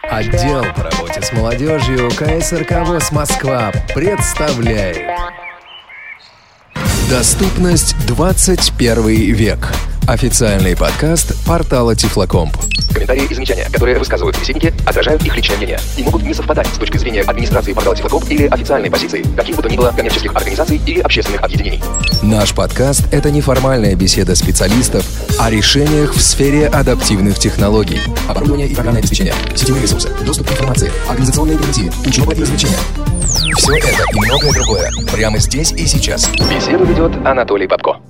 Отдел по работе с молодежью КСРК ВОС Москва представляет «Доступность 21 век». Официальный подкаст портала Тифлокомп. Комментарии и замечания, которые высказывают собеседники, отражают их личное мнение и могут не совпадать с точки зрения администрации портала Тифлокомп или официальной позиции каких бы то ни было коммерческих организаций или общественных объединений. Наш подкаст – это неформальная беседа специалистов о решениях в сфере адаптивных технологий. Оборудование и программное обеспечение, сетевые ресурсы, доступ к информации, организационные гарантии, учеба и развлечения. Все это и многое другое прямо здесь и сейчас. Беседу ведет Анатолий Бабко.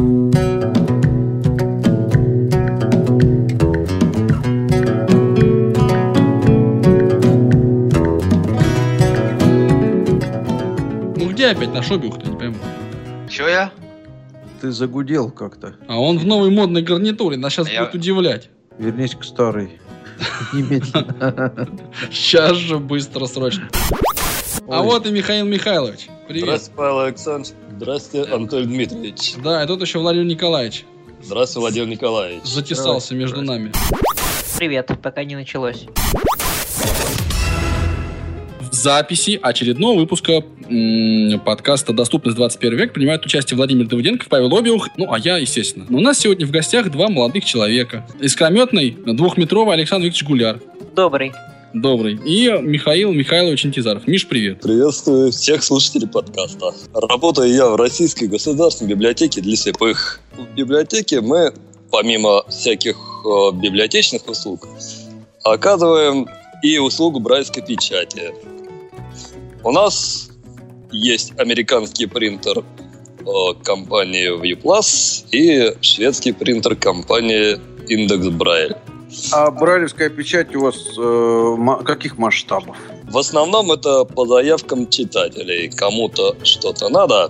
Где опять наш обюх-то, не пойму. Чё я? Ты загудел как-то. А он в новой модной гарнитуре, нас сейчас будет удивлять. Вернись к старой. Немедленно. Сейчас же, быстро, срочно. А вот и Михаил Михайлович. Привет. Здравствуйте, Павел Александрович. Здравствуйте, Анатолий Дмитриевич. Да, и тут еще Владимир Николаевич. Здравствуйте, Владимир Николаевич. Затесался между нами. Привет, пока не началось. В записи очередного выпуска подкаста «Доступность 21 век» принимают участие Владимир Давыденков, Павел Обиух, а я, естественно. Но у нас сегодня в гостях два молодых человека. Искрометный, двухметровый Александр Викторович Гуляр. Добрый. И Михаил Михайлович Интизаров. Миш, привет. Приветствую всех слушателей подкаста. Работаю я в Российской государственной библиотеке для слепых. В библиотеке мы, помимо всяких библиотечных услуг, оказываем и услугу брайлевской печати. У нас есть американский принтер компании ViewPlus и шведский принтер компании Index Braille. А брайлевская печать у вас каких масштабов? В основном это по заявкам читателей. Кому-то что-то надо.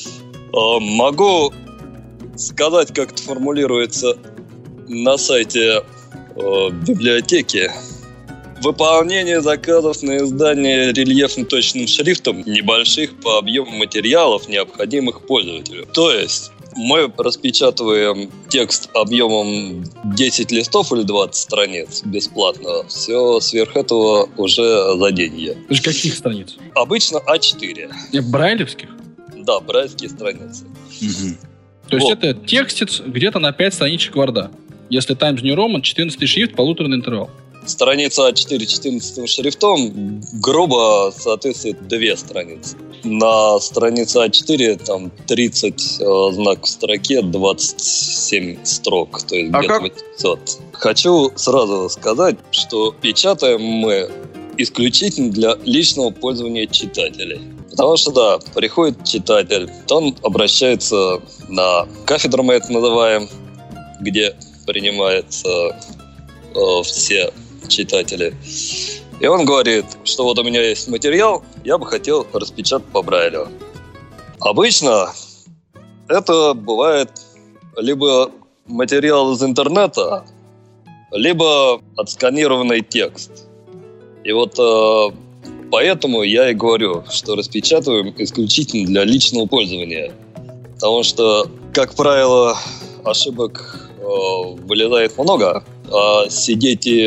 Могу сказать, как это формулируется на сайте библиотеки. Выполнение заказов на издание рельефно-точным шрифтом небольших по объему материалов, необходимых пользователю. То есть мы распечатываем текст объемом 10 листов или 20 страниц бесплатно. Все сверх этого уже за деньги. То есть каких страниц? Обычно А4. Брайлевских? Да, брайлевские страницы. Угу. То есть это текстец где-то на 5 страничек Word. Если Times New Roman, 14 шрифт, полуторный интервал. Страница А4 14 шрифтом грубо соответствует 2 страницы. На странице А4 там 30 знаков в строке, 27 строк, то есть где-то 800. Хочу сразу сказать, что печатаем мы исключительно для личного пользования читателей. Потому что, да, приходит читатель, то он обращается на кафедру, мы это называем, где принимаются все читатели. И он говорит, что вот у меня есть материал, я бы хотел распечатать по Брайлю. Обычно это бывает либо материал из интернета, либо отсканированный текст. И вот поэтому я и говорю, что распечатываем исключительно для личного пользования. Потому что, как правило, ошибок вылезает много, а сидеть и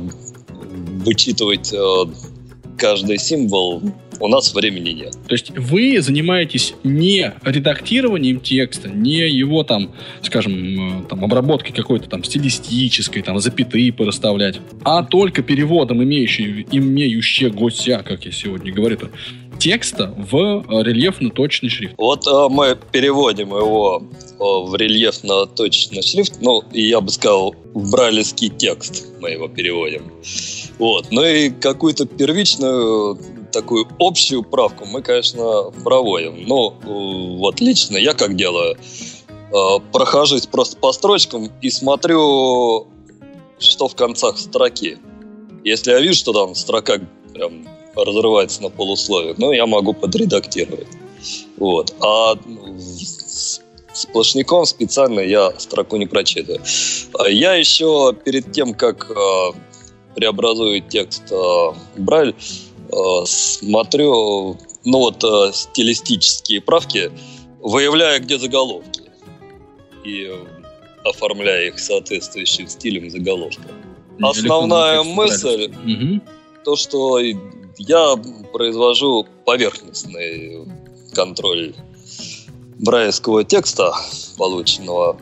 вычитывать каждый символ у нас времени нет. То есть вы занимаетесь не редактированием текста, не его обработкой какой-то стилистической, запятые порасставлять, а только переводом имеющегося, как я сегодня говорю, текста в рельефно-точный шрифт. Вот мы переводим его в рельефно-точный шрифт, я бы сказал, в брайлевский текст мы его переводим. Ну и какую-то первичную такую общую правку мы, конечно, проводим. Вот лично я как делаю, прохожусь просто по строчкам и смотрю, что в концах строки. Если я вижу, что там строка прям разрывается на полусловие, я могу подредактировать. А сплошняком специально я строку не прочитаю. Я еще перед тем, как преобразую текст в Брайль, смотрю, стилистические правки, выявляя, где заголовки, и оформляя их соответствующим стилем заголовка. Основная мысль то, что я произвожу поверхностный контроль брайлевского текста, полученного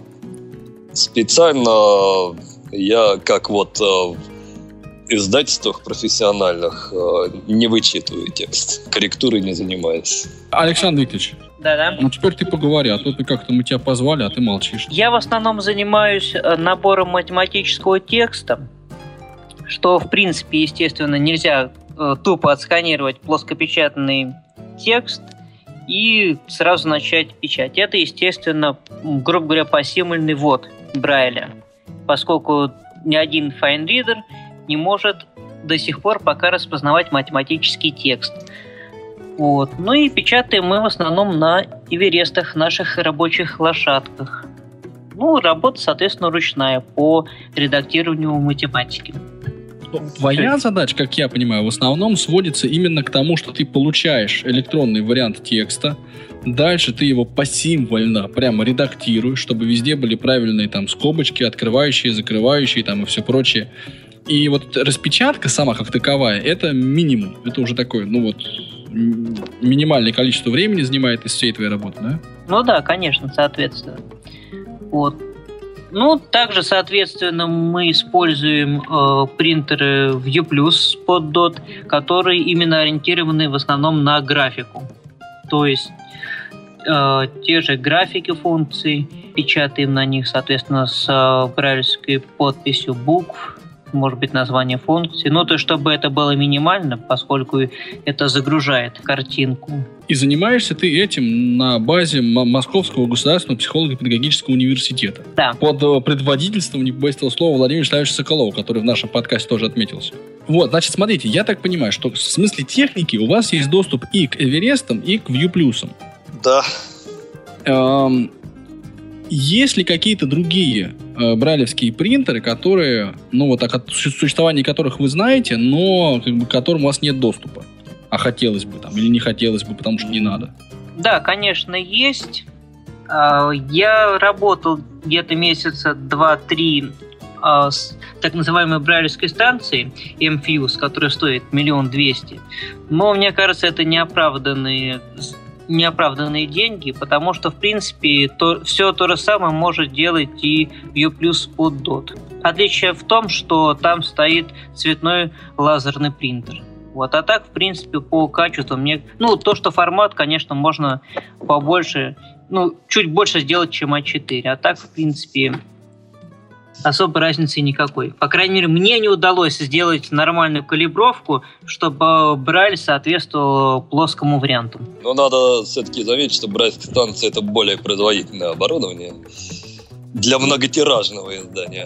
специально. Я, как вот в издательствах профессиональных, не вычитываю текст, корректурой не занимаюсь. Александр Викторович, Да-да. ну теперь ты поговори, а то ты как-то мы тебя позвали, а ты молчишь. Я в основном занимаюсь набором математического текста, что, в принципе, естественно, нельзя тупо отсканировать плоскопечатный текст и сразу начать печать. Это, естественно, грубо говоря, посимвольный ввод Брайля, поскольку ни один файнридер не может до сих пор пока распознавать математический текст. Вот. Ну и печатаем мы в основном на Эверестах, наших рабочих лошадках. Ну, работа, соответственно, ручная по редактированию математики. Твоя задача, как я понимаю, в основном сводится именно к тому, что ты получаешь электронный вариант текста, дальше ты его посимвольно прямо редактируешь, чтобы везде были правильные там скобочки, открывающие, закрывающие там и все прочее. И вот распечатка сама как таковая, это минимум. Это уже такое, ну вот, минимальное количество времени занимает из всей твоей работы, да? Ну да, конечно, соответственно. Вот. Ну, также, соответственно, мы используем принтеры Vue+ под DOT, которые именно ориентированы в основном на графику. То есть те же графики функций, печатаем на них, соответственно, с брайлевской подписью букв, может быть, название функции. Ну, то есть, чтобы это было минимально, поскольку это загружает картинку. И занимаешься ты этим на базе Московского государственного психолого-педагогического университета. Да. Под предводительством, не побоюсь этого слова, Владимира Вячеславовича Соколова, который в нашем подкасте тоже отметился. Вот, значит, смотрите, я так понимаю, что в смысле техники у вас есть доступ и к Эверестам, и к Vue+. Да. Есть ли какие-то другие брайлевские принтеры, которые, ну вот о существовании которых вы знаете, но как бы, к которым у вас нет доступа? А хотелось бы там, или не хотелось бы, потому что не надо? Да, конечно, есть. Я работал где-то месяца 2-3 с так называемой брайлевской станцией MFuse, которая стоит 1 200 000. Но мне кажется, это неоправданные деньги, потому что, в принципе, все то же самое может делать и Vue+ под DOT. Отличие в том, что там стоит цветной лазерный принтер. Вот. А так, в принципе, по качеству то, что формат, конечно, можно побольше, чуть больше сделать, чем А4. А так, в принципе, особой разницы никакой. По крайней мере, мне не удалось сделать нормальную калибровку, чтобы Брайль соответствовал плоскому варианту. Но надо все-таки заметить, что брайлевская станция — это более производительное оборудование для многотиражного издания.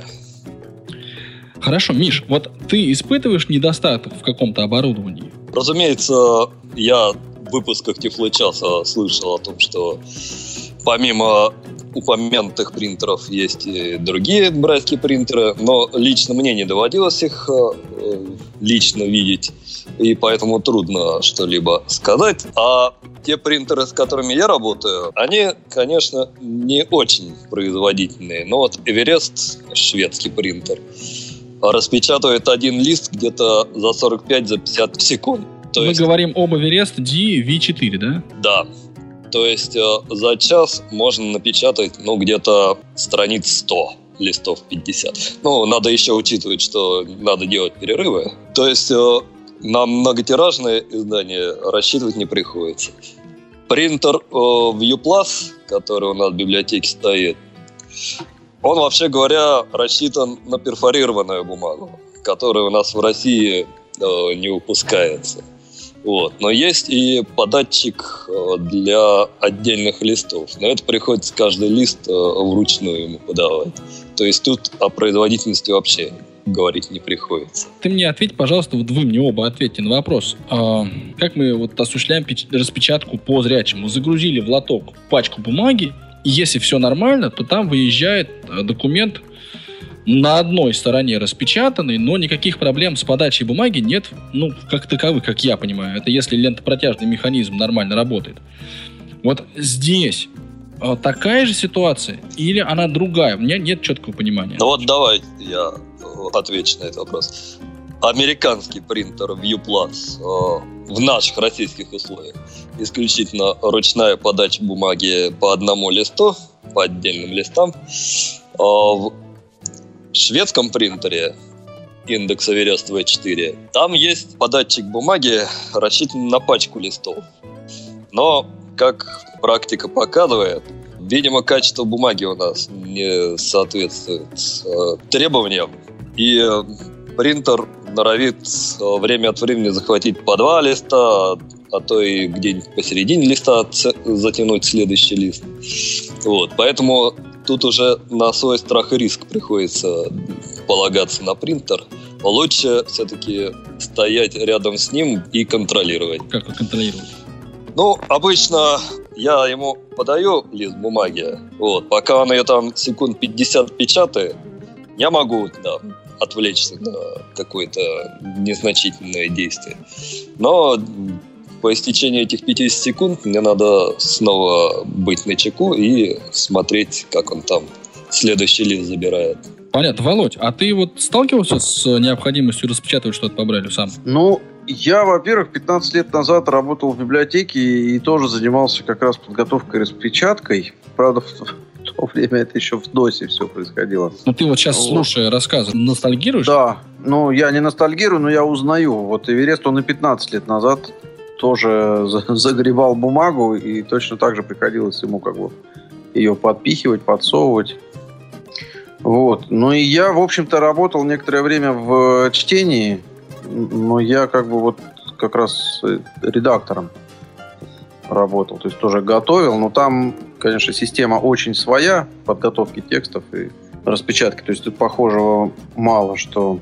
Хорошо, Миш, вот ты испытываешь недостаток в каком-то оборудовании? Разумеется, я в выпусках Тифлочаса слышал о том, что помимо упомянутых принтеров есть и другие брайлевские принтеры, но лично мне не доводилось их лично видеть, и поэтому трудно что-либо сказать. А те принтеры, с которыми я работаю, они, конечно, не очень производительные. Но вот Эверест, шведский принтер, распечатывает один лист где-то за 45-50 секунд. Мы говорим об Эверест V4, да? Да. То есть за час можно напечатать, где-то страниц 100, листов 50. Надо еще учитывать, что надо делать перерывы. То есть на многотиражное издание рассчитывать не приходится. Принтер Vue+, который у нас в библиотеке стоит, он, вообще говоря, рассчитан на перфорированную бумагу, которая у нас в России не выпускается. Вот. Но есть и податчик для отдельных листов. На это приходится каждый лист вручную ему подавать. То есть тут о производительности вообще говорить не приходится. Ты мне ответь, пожалуйста, вот вы мне оба ответьте на вопрос. Как мы вот осуществляем распечатку по зрячему? Загрузили в лоток пачку бумаги, и если все нормально, то там выезжает документ на одной стороне распечатанный, но никаких проблем с подачей бумаги нет, как таковых, как я понимаю. Это если лентопротяжный механизм нормально работает. Вот здесь такая же ситуация или она другая? У меня нет четкого понимания. Давайте я отвечу на этот вопрос. Американский принтер ViewPlus в наших российских условиях исключительно ручная подача бумаги по одному листу, по отдельным листам. В шведском принтере Index Everest V4 там есть податчик бумаги, рассчитан на пачку листов. Но, как практика показывает, видимо, качество бумаги у нас не соответствует требованиям, и принтер норовит время от времени захватить по 2 листа, а то и где-нибудь посередине листа затянуть следующий лист. Вот, поэтому тут уже на свой страх и риск приходится полагаться на принтер. Лучше все-таки стоять рядом с ним и контролировать. Как контролировать? Ну, обычно я ему подаю лист бумаги, вот, пока он ее там секунд 50 печатает, я могу, да, отвлечься на какое-то незначительное действие. Но по истечении этих 50 секунд мне надо снова быть начеку и смотреть, как он там следующий лист забирает. Понятно. Володь, а ты вот сталкивался с необходимостью распечатывать что-то по Брайлю сам? Ну, я, во-первых, 15 лет назад работал в библиотеке и тоже занимался как раз подготовкой и распечаткой. Правда, в то время это еще в ДОСе все происходило. Ну, ты вот сейчас, слушая рассказы, ностальгируешь? Да. Ну, я не ностальгирую, но я узнаю. Вот Эверест, он и 15 лет назад тоже загребал бумагу, и точно так же приходилось ему как бы ее подпихивать, подсовывать. Вот. Ну и я, в общем-то, работал некоторое время в чтении, но я как бы вот как раз редактором работал, то есть тоже готовил, но там, конечно, система очень своя подготовки текстов и распечатки, то есть тут похожего мало, что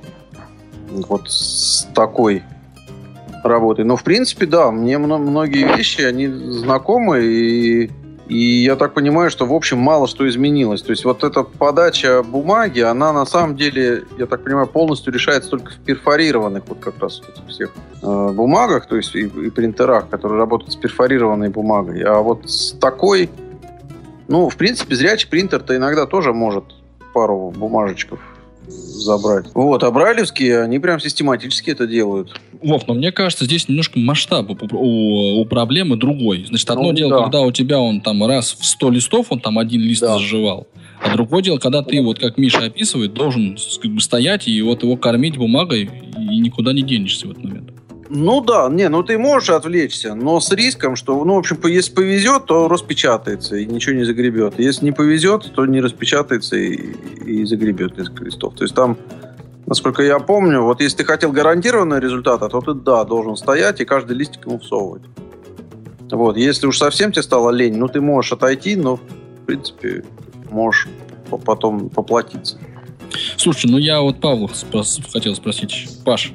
вот с такой работой. Но в принципе, да, мне многие вещи, они знакомы, и я так понимаю, что, в общем, мало что изменилось. То есть вот эта подача бумаги, она на самом деле, я так понимаю, полностью решается только в перфорированных вот как раз вот всех бумагах, то есть и принтерах, которые работают с перфорированной бумагой. А вот с такой, ну, в принципе, зрячий принтер-то иногда тоже может пару бумажечков забрать. Вот, а брайлевские, они прям систематически это делают. Вов, но мне кажется, здесь немножко масштаб у проблемы другой. Значит, одно дело, да, когда у тебя он там раз в 100 листов, он там один лист заживал. А другое дело, когда ты, вот как Миша описывает, должен как бы стоять и вот его кормить бумагой, и никуда не денешься в этот момент. Ну да, ну ты можешь отвлечься, но с риском, что, ну, в общем, если повезет, то распечатается и ничего не загребет. Если не повезет, то не распечатается и загребет несколько листов. То есть там, насколько я помню, вот если ты хотел гарантированного результата, то ты, да, должен стоять и каждый листик ему всовывать. Вот, если уж совсем тебе стало лень, ну, ты можешь отойти, но, в принципе, можешь потом поплатиться. Слушай, ну я вот Павла хотел спросить. Паш,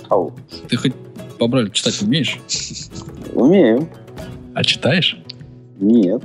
ты хоть по Брайлю читать умеешь? Умею. А читаешь? Нет.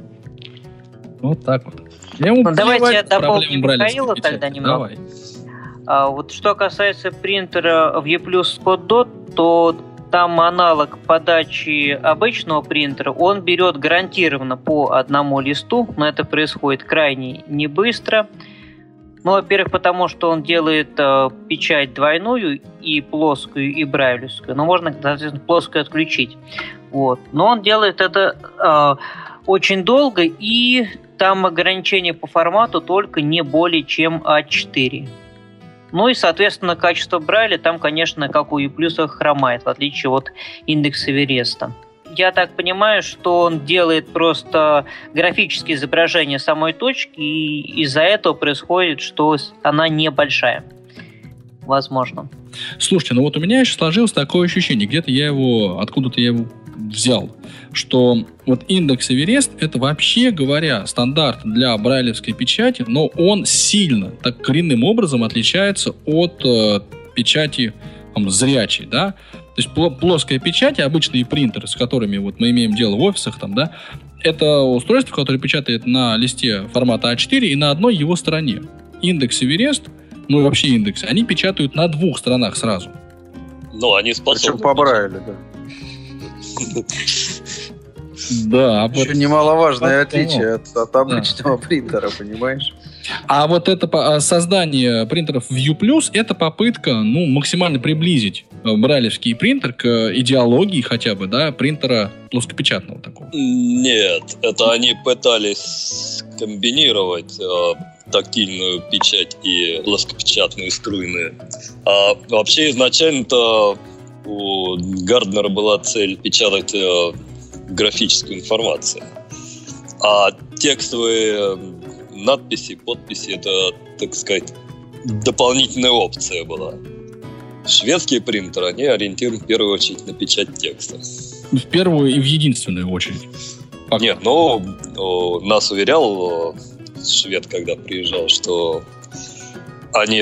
Вот так вот. Ну, давайте я дополню Михаила тогда немного. Давай. Вот что касается принтера ViewPlus Spot.dot, то там аналог подачи обычного принтера, он берет гарантированно по одному листу, но это происходит крайне не быстро. Ну, во-первых, потому что он делает печать двойную, и плоскую, и брайлевскую. Но можно, соответственно, плоскую отключить. Вот. Но он делает это очень долго, и там ограничение по формату только не более чем А4. Ну и, соответственно, качество Брайля там, конечно, как у ViewPlus, хромает, в отличие от индекса Эвереста. Я так понимаю, что он делает просто графические изображения самой точки, и из-за этого происходит, что она небольшая. Возможно. Слушайте, ну вот у меня еще сложилось такое ощущение, откуда-то я его взял, что вот индекс Эверест — это, вообще говоря, стандарт для брайлевской печати, но он сильно, так коренным образом отличается от печати зрячей, да? То есть плоская печать и обычные принтеры, с которыми вот мы имеем дело в офисах, там, да, это устройство, которое печатает на листе формата А4 и на одной его стороне. Индекс Эверест, ну и вообще индексы, они печатают на 2 сторонах сразу. Ну, они способны. Причем по Брайлю, да. Да. Еще немаловажное отличие от обычного принтера, понимаешь? А вот это создание принтеров View+, это попытка, максимально приблизить брайлевский принтер к идеологии хотя бы, да, принтера плоскопечатного такого. Нет, это они пытались комбинировать тактильную печать и плоскопечатные струйные. А вообще изначально-то у Гарднера была цель печатать графическую информацию. А текстовые надписи, подписи — это, так сказать, дополнительная опция была. Шведские принтеры, они ориентированы в первую очередь на печать текста. В первую и в единственную очередь. Пока. Нет, нас уверял швед, когда приезжал, что они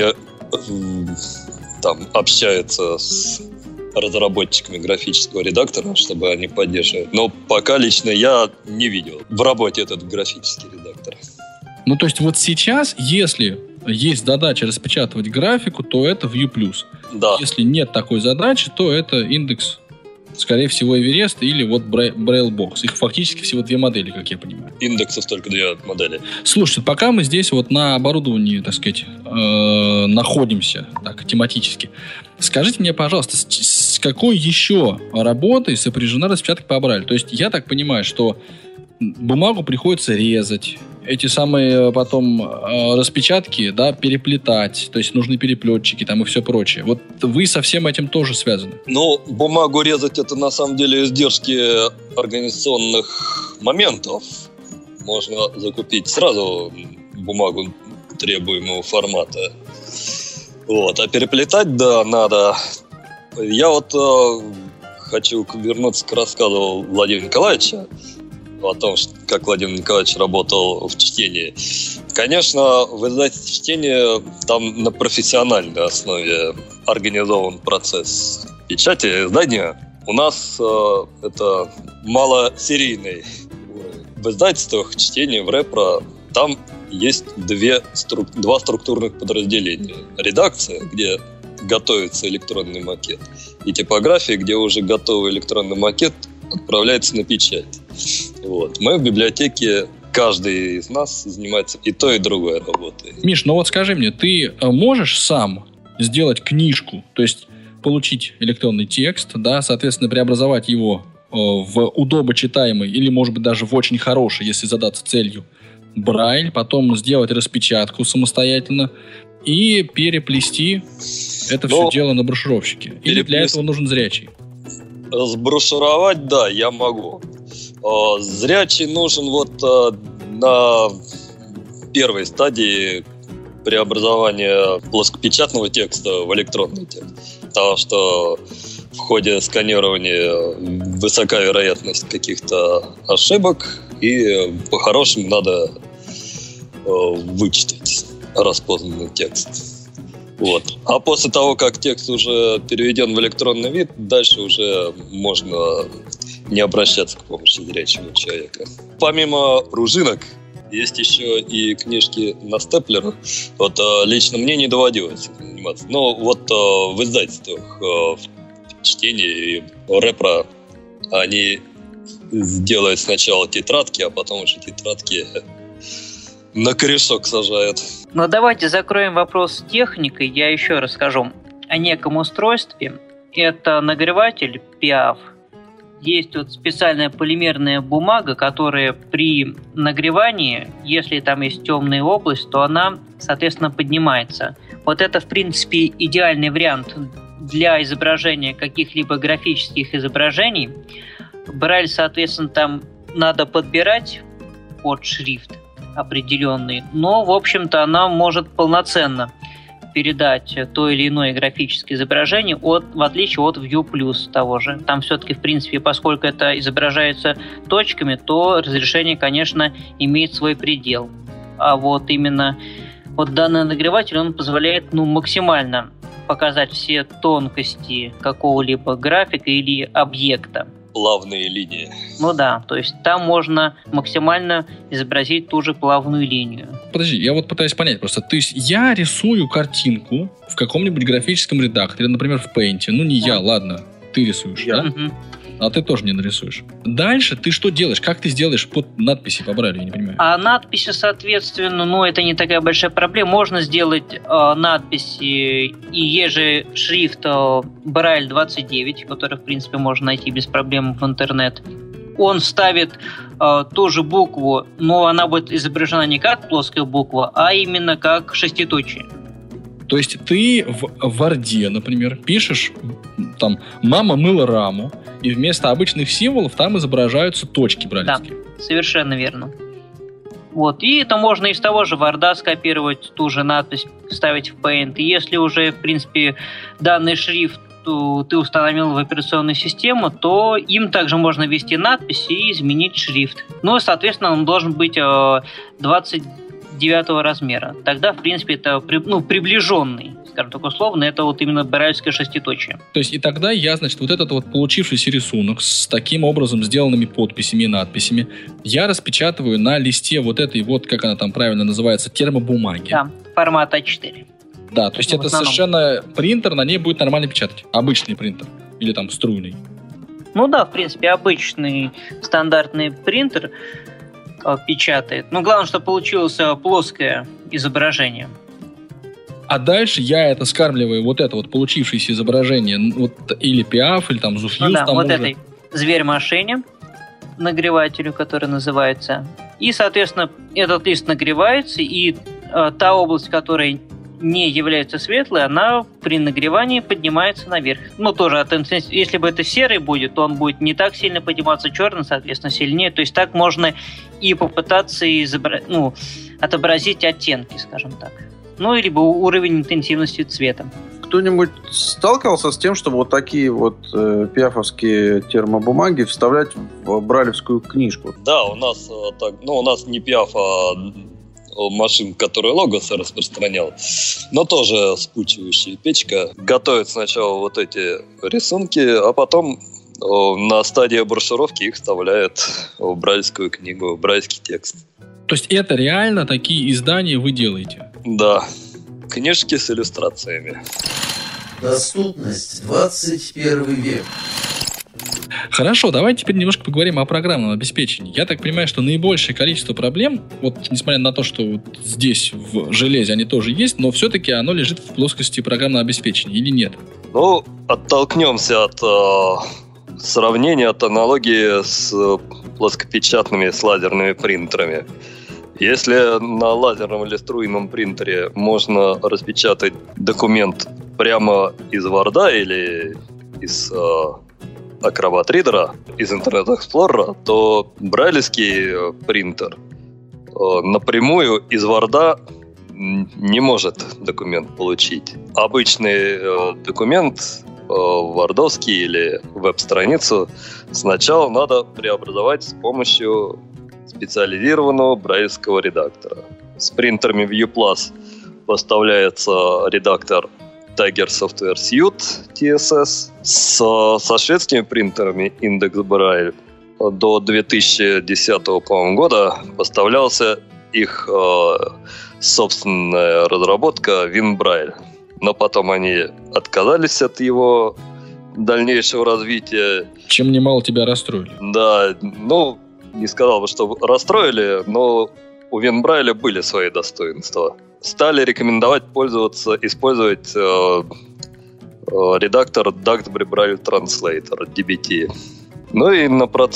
там общаются с разработчиками графического редактора, чтобы они поддерживали. Но пока лично я не видел в работе этот графический редактор. То есть вот сейчас, если есть задача распечатывать графику, то это View+. Да. Если нет такой задачи, то это индекс, скорее всего, Эверест или вот Braillebox. Их фактически всего две модели, как я понимаю. Индексов только две модели. Слушайте, пока мы здесь вот на оборудовании, так сказать, находимся так, тематически, скажите мне, пожалуйста, с какой еще работой сопряжена распечатка по Брайлю? То есть я так понимаю, что бумагу приходится резать, эти самые потом распечатки, да, переплетать, то есть нужны переплетчики там и все прочее. Вот вы со всем этим тоже связаны? Бумагу резать — это на самом деле издержки организационных моментов. Можно закупить сразу бумагу требуемого формата. А переплетать, да, надо. Я хочу вернуться к рассказу Владимира Николаевича о том, как Владимир Николаевич работал в чтении. Конечно, в издательстве чтения там на профессиональной основе организован процесс печати и издания. У нас это малосерийный уровень. В издательствах чтения, в Репро, там есть два структурных подразделения. Редакция, где готовится электронный макет, и типография, где уже готовый электронный макет отправляется на печать. Мы в библиотеке, каждый из нас занимается и той, и другой работой. Миш, скажи мне, ты можешь сам сделать книжку, то есть получить электронный текст, да, соответственно, преобразовать его в удобочитаемый или, может быть, даже в очень хороший, если задаться целью, Брайль, потом сделать распечатку самостоятельно и переплести это все дело на брошюровщике? Или для этого нужен зрячий? Сброшюровать, да, я могу. Зрячий нужен на первой стадии преобразования плоскопечатного текста в электронный текст. Потому что в ходе сканирования высока вероятность каких-то ошибок, и по-хорошему надо вычитать распознанный текст. А после того, как текст уже переведен в электронный вид, дальше уже можно не обращаться к помощи зрячего человека. Помимо пружинок, есть еще и книжки на степлерах. Лично мне не доводилось заниматься. Но в издательствах, в чтении и Репро они делают сначала тетрадки, а потом уже тетрадки на корешок сажают. Давайте закроем вопрос с техникой. Я еще расскажу о неком устройстве. Это нагреватель PIAF. Есть специальная полимерная бумага, которая при нагревании, если там есть темная область, то она, соответственно, поднимается. Это, в принципе, идеальный вариант для изображения каких-либо графических изображений. Брайль, соответственно, там надо подбирать под шрифт определенный, но, в общем-то, она может полноценно передать то или иное графическое изображение, в отличие от View+ того же. Там все-таки, в принципе, поскольку это изображается точками, то разрешение, конечно, имеет свой предел. А именно данный нагреватель, он позволяет максимально показать все тонкости какого-либо графика или объекта. Плавные линии. То есть там можно максимально изобразить ту же плавную линию. Подожди, я пытаюсь понять просто. То есть я рисую картинку в каком-нибудь графическом редакторе, например, в Paint. Не я, ладно, ты рисуешь, да? А ты тоже не нарисуешь. Дальше ты что делаешь? Как ты сделаешь под надписи по Брайлю? Я не понимаю. А надписи, соответственно, это не такая большая проблема. Можно сделать надписи, и есть же шрифт Брайль 29, который, в принципе, можно найти без проблем в интернет. Он ставит ту же букву, но она будет изображена не как плоская буква, а именно как шеститочие. То есть ты в Word, например, пишешь там «мама мыла раму», и вместо обычных символов там изображаются точки брайлевские. Да, совершенно верно. Вот. И это можно из того же Word скопировать, ту же надпись вставить в Paint. И если уже, в принципе, данный шрифт ты установил в операционную систему, то им также можно ввести надпись и изменить шрифт. Ну, соответственно, он должен быть 29 размера. Тогда, в принципе, это приближенный, скажем так условно, это вот именно брайлевское шеститочие. То есть и тогда я, значит, вот этот вот получившийся рисунок с таким образом сделанными подписями и надписями я распечатываю на листе вот этой вот, как она там правильно называется, термобумаги. Да, формат А4. Да, то есть это совершенно принтер, на ней будет нормально печатать. Обычный принтер. Или там струйный. Ну да, в принципе, обычный стандартный принтер печатает. Но главное, чтобы получилось плоское изображение. А дальше я это скармливаю, вот это вот получившееся изображение, вот, или Piaf, или там Zufuse. Ну да, там вот уже... этой зверь-машине, нагревателю, который называется. И, соответственно, этот лист нагревается, и та область, которая не является светлой, она при нагревании поднимается наверх. Ну, тоже, если бы это серый будет, то он будет не так сильно подниматься, черный, соответственно, сильнее. То есть так можно и попытаться отобразить оттенки, скажем так. Ну, либо уровень интенсивности цвета. Кто-нибудь сталкивался с тем, чтобы вот такие вот пиафовские термобумаги вставлять в брайлевскую книжку? Да, у нас у нас не Piaf, а машин, который Logos распространял, но тоже спучивающая печка. Готовит сначала вот эти рисунки, а потом на стадии брошюровки их вставляет в брайлевскую книгу, в брайлевский текст. То есть это реально такие издания вы делаете? Да. Книжки с иллюстрациями. Доступность 21 век. Хорошо, давайте теперь немножко поговорим о программном обеспечении. Я так понимаю, что наибольшее количество проблем, вот несмотря на то, что вот здесь в железе они тоже есть, но все-таки оно лежит в плоскости программного обеспечения или нет? Ну, оттолкнемся от сравнения, от аналогии с плоскопечатными, с лазерными принтерами. Если на лазерном или струйном принтере можно распечатать документ прямо из Word или из Acrobat Reader, из Internet Explorer, то брайлевский принтер напрямую из Word не может документ получить. Обычный документ, вардовский или веб-страницу, сначала надо преобразовать с помощью специализированного брайлевского редактора. С принтерами ViewPlus поставляется редактор Tiger Software Suite TSS. Со шведскими принтерами Index Braille до 2010 года поставлялся их собственная разработка WinBraille. Но потом они отказались от его дальнейшего развития. Чем немало тебя расстроили. Да, не сказал бы, что расстроили, но у WinBraille были свои достоинства. Стали рекомендовать использовать редактор Duxbury Braille Translator, DBT. Ну и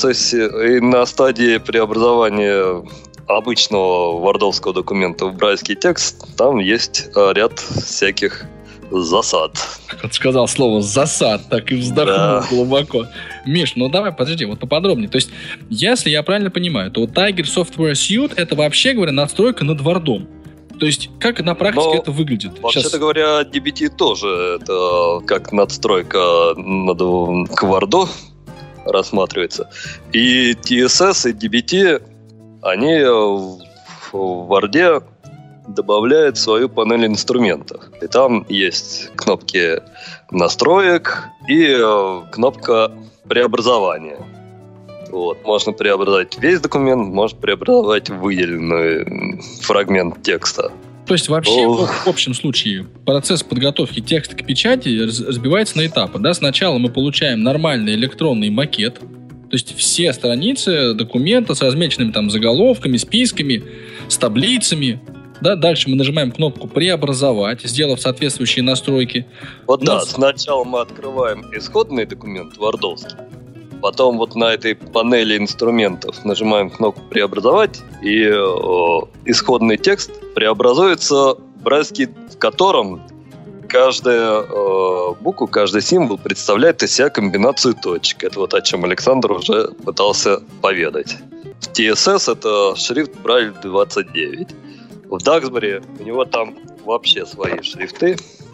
на стадии преобразования обычного вардовского документа в брайлевский текст там есть ряд всяких засад. Как он сказал слово «засад», так и вздохнул глубоко. Миш, давай, подожди, вот поподробнее. То есть, если я правильно понимаю, то Tiger Software Suite — это, вообще говоря, настройка над Word'ом. То есть, как на практике это выглядит? Вообще-то говоря, DBT тоже это как надстройка к Word'у рассматривается. И TSS, и DBT, они в Word'е добавляет свою панель инструментов. И там есть кнопки настроек и кнопка преобразования. Вот. Можно преобразовать весь документ, можно преобразовать выделенный фрагмент текста. То есть вообще в общем случае процесс подготовки текста к печати разбивается на этапы. Да? Сначала мы получаем нормальный электронный макет, то есть все страницы документа с размеченными там заголовками, списками, с таблицами. Да? Дальше мы нажимаем кнопку «Преобразовать», сделав соответствующие настройки. Вот да, сначала мы открываем исходный документ вардовский, потом вот на этой панели инструментов нажимаем кнопку «Преобразовать», и исходный текст преобразуется в брайлевский, в котором каждая буква, каждый символ представляет из себя комбинацию точек. Это вот о чем Александр уже пытался поведать. В TSS это шрифт Брайль 29. В Даксбери у него там вообще свои шрифты.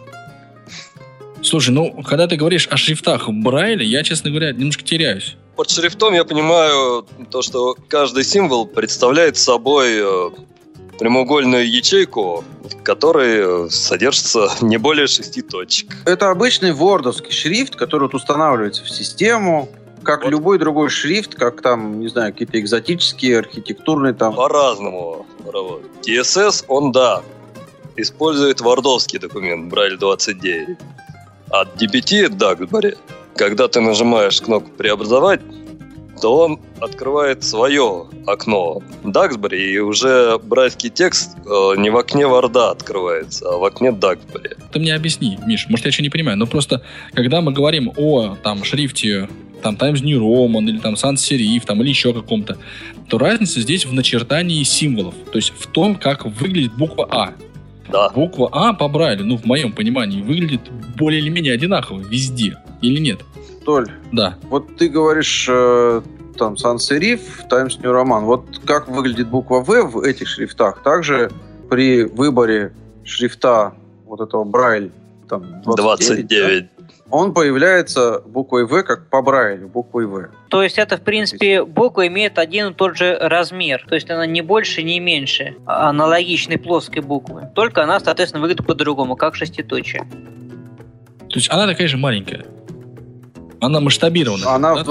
Слушай, ну, когда ты говоришь о шрифтах Брайля, я, честно говоря, немножко теряюсь. Под шрифтом я понимаю то, что каждый символ представляет собой прямоугольную ячейку, в которой содержится не более 6 точек. Это обычный вордовский шрифт, который вот устанавливается в систему, как вот. Любой другой шрифт, как там, не знаю, какие-то экзотические, архитектурные там. По-разному. TSS, он, да, использует вордовский документ Брайль 29. От DBT Даксбери, когда ты нажимаешь кнопку «Преобразовать», то он открывает свое окно Даксбери, и уже брайлевский текст не в окне Ворда открывается, а в окне Даксбери. Ты мне объясни, Миш, может, я еще не понимаю, но просто, когда мы говорим о там, шрифте там, Times New Roman или там Sans Serif там, или еще каком-то, то разница здесь в начертании символов, то есть в том, как выглядит буква А. Да. Буква А по Брайлю, ну, в моем понимании, выглядит более или менее одинаково везде, или нет? Толь, да. Вот ты говоришь там Sans Serif, Times New Roman. Вот как выглядит буква В в этих шрифтах, также при выборе шрифта вот этого Брайль там, 29 да, он появляется буквой В как по Брайлю, буквой В. То есть это, в принципе, буква имеет один и тот же размер. То есть она не больше, не меньше аналогичной плоской буквы. Только она, соответственно, выглядит по-другому, как шеститочие. То есть она такая же маленькая? Она масштабирована? Она да? в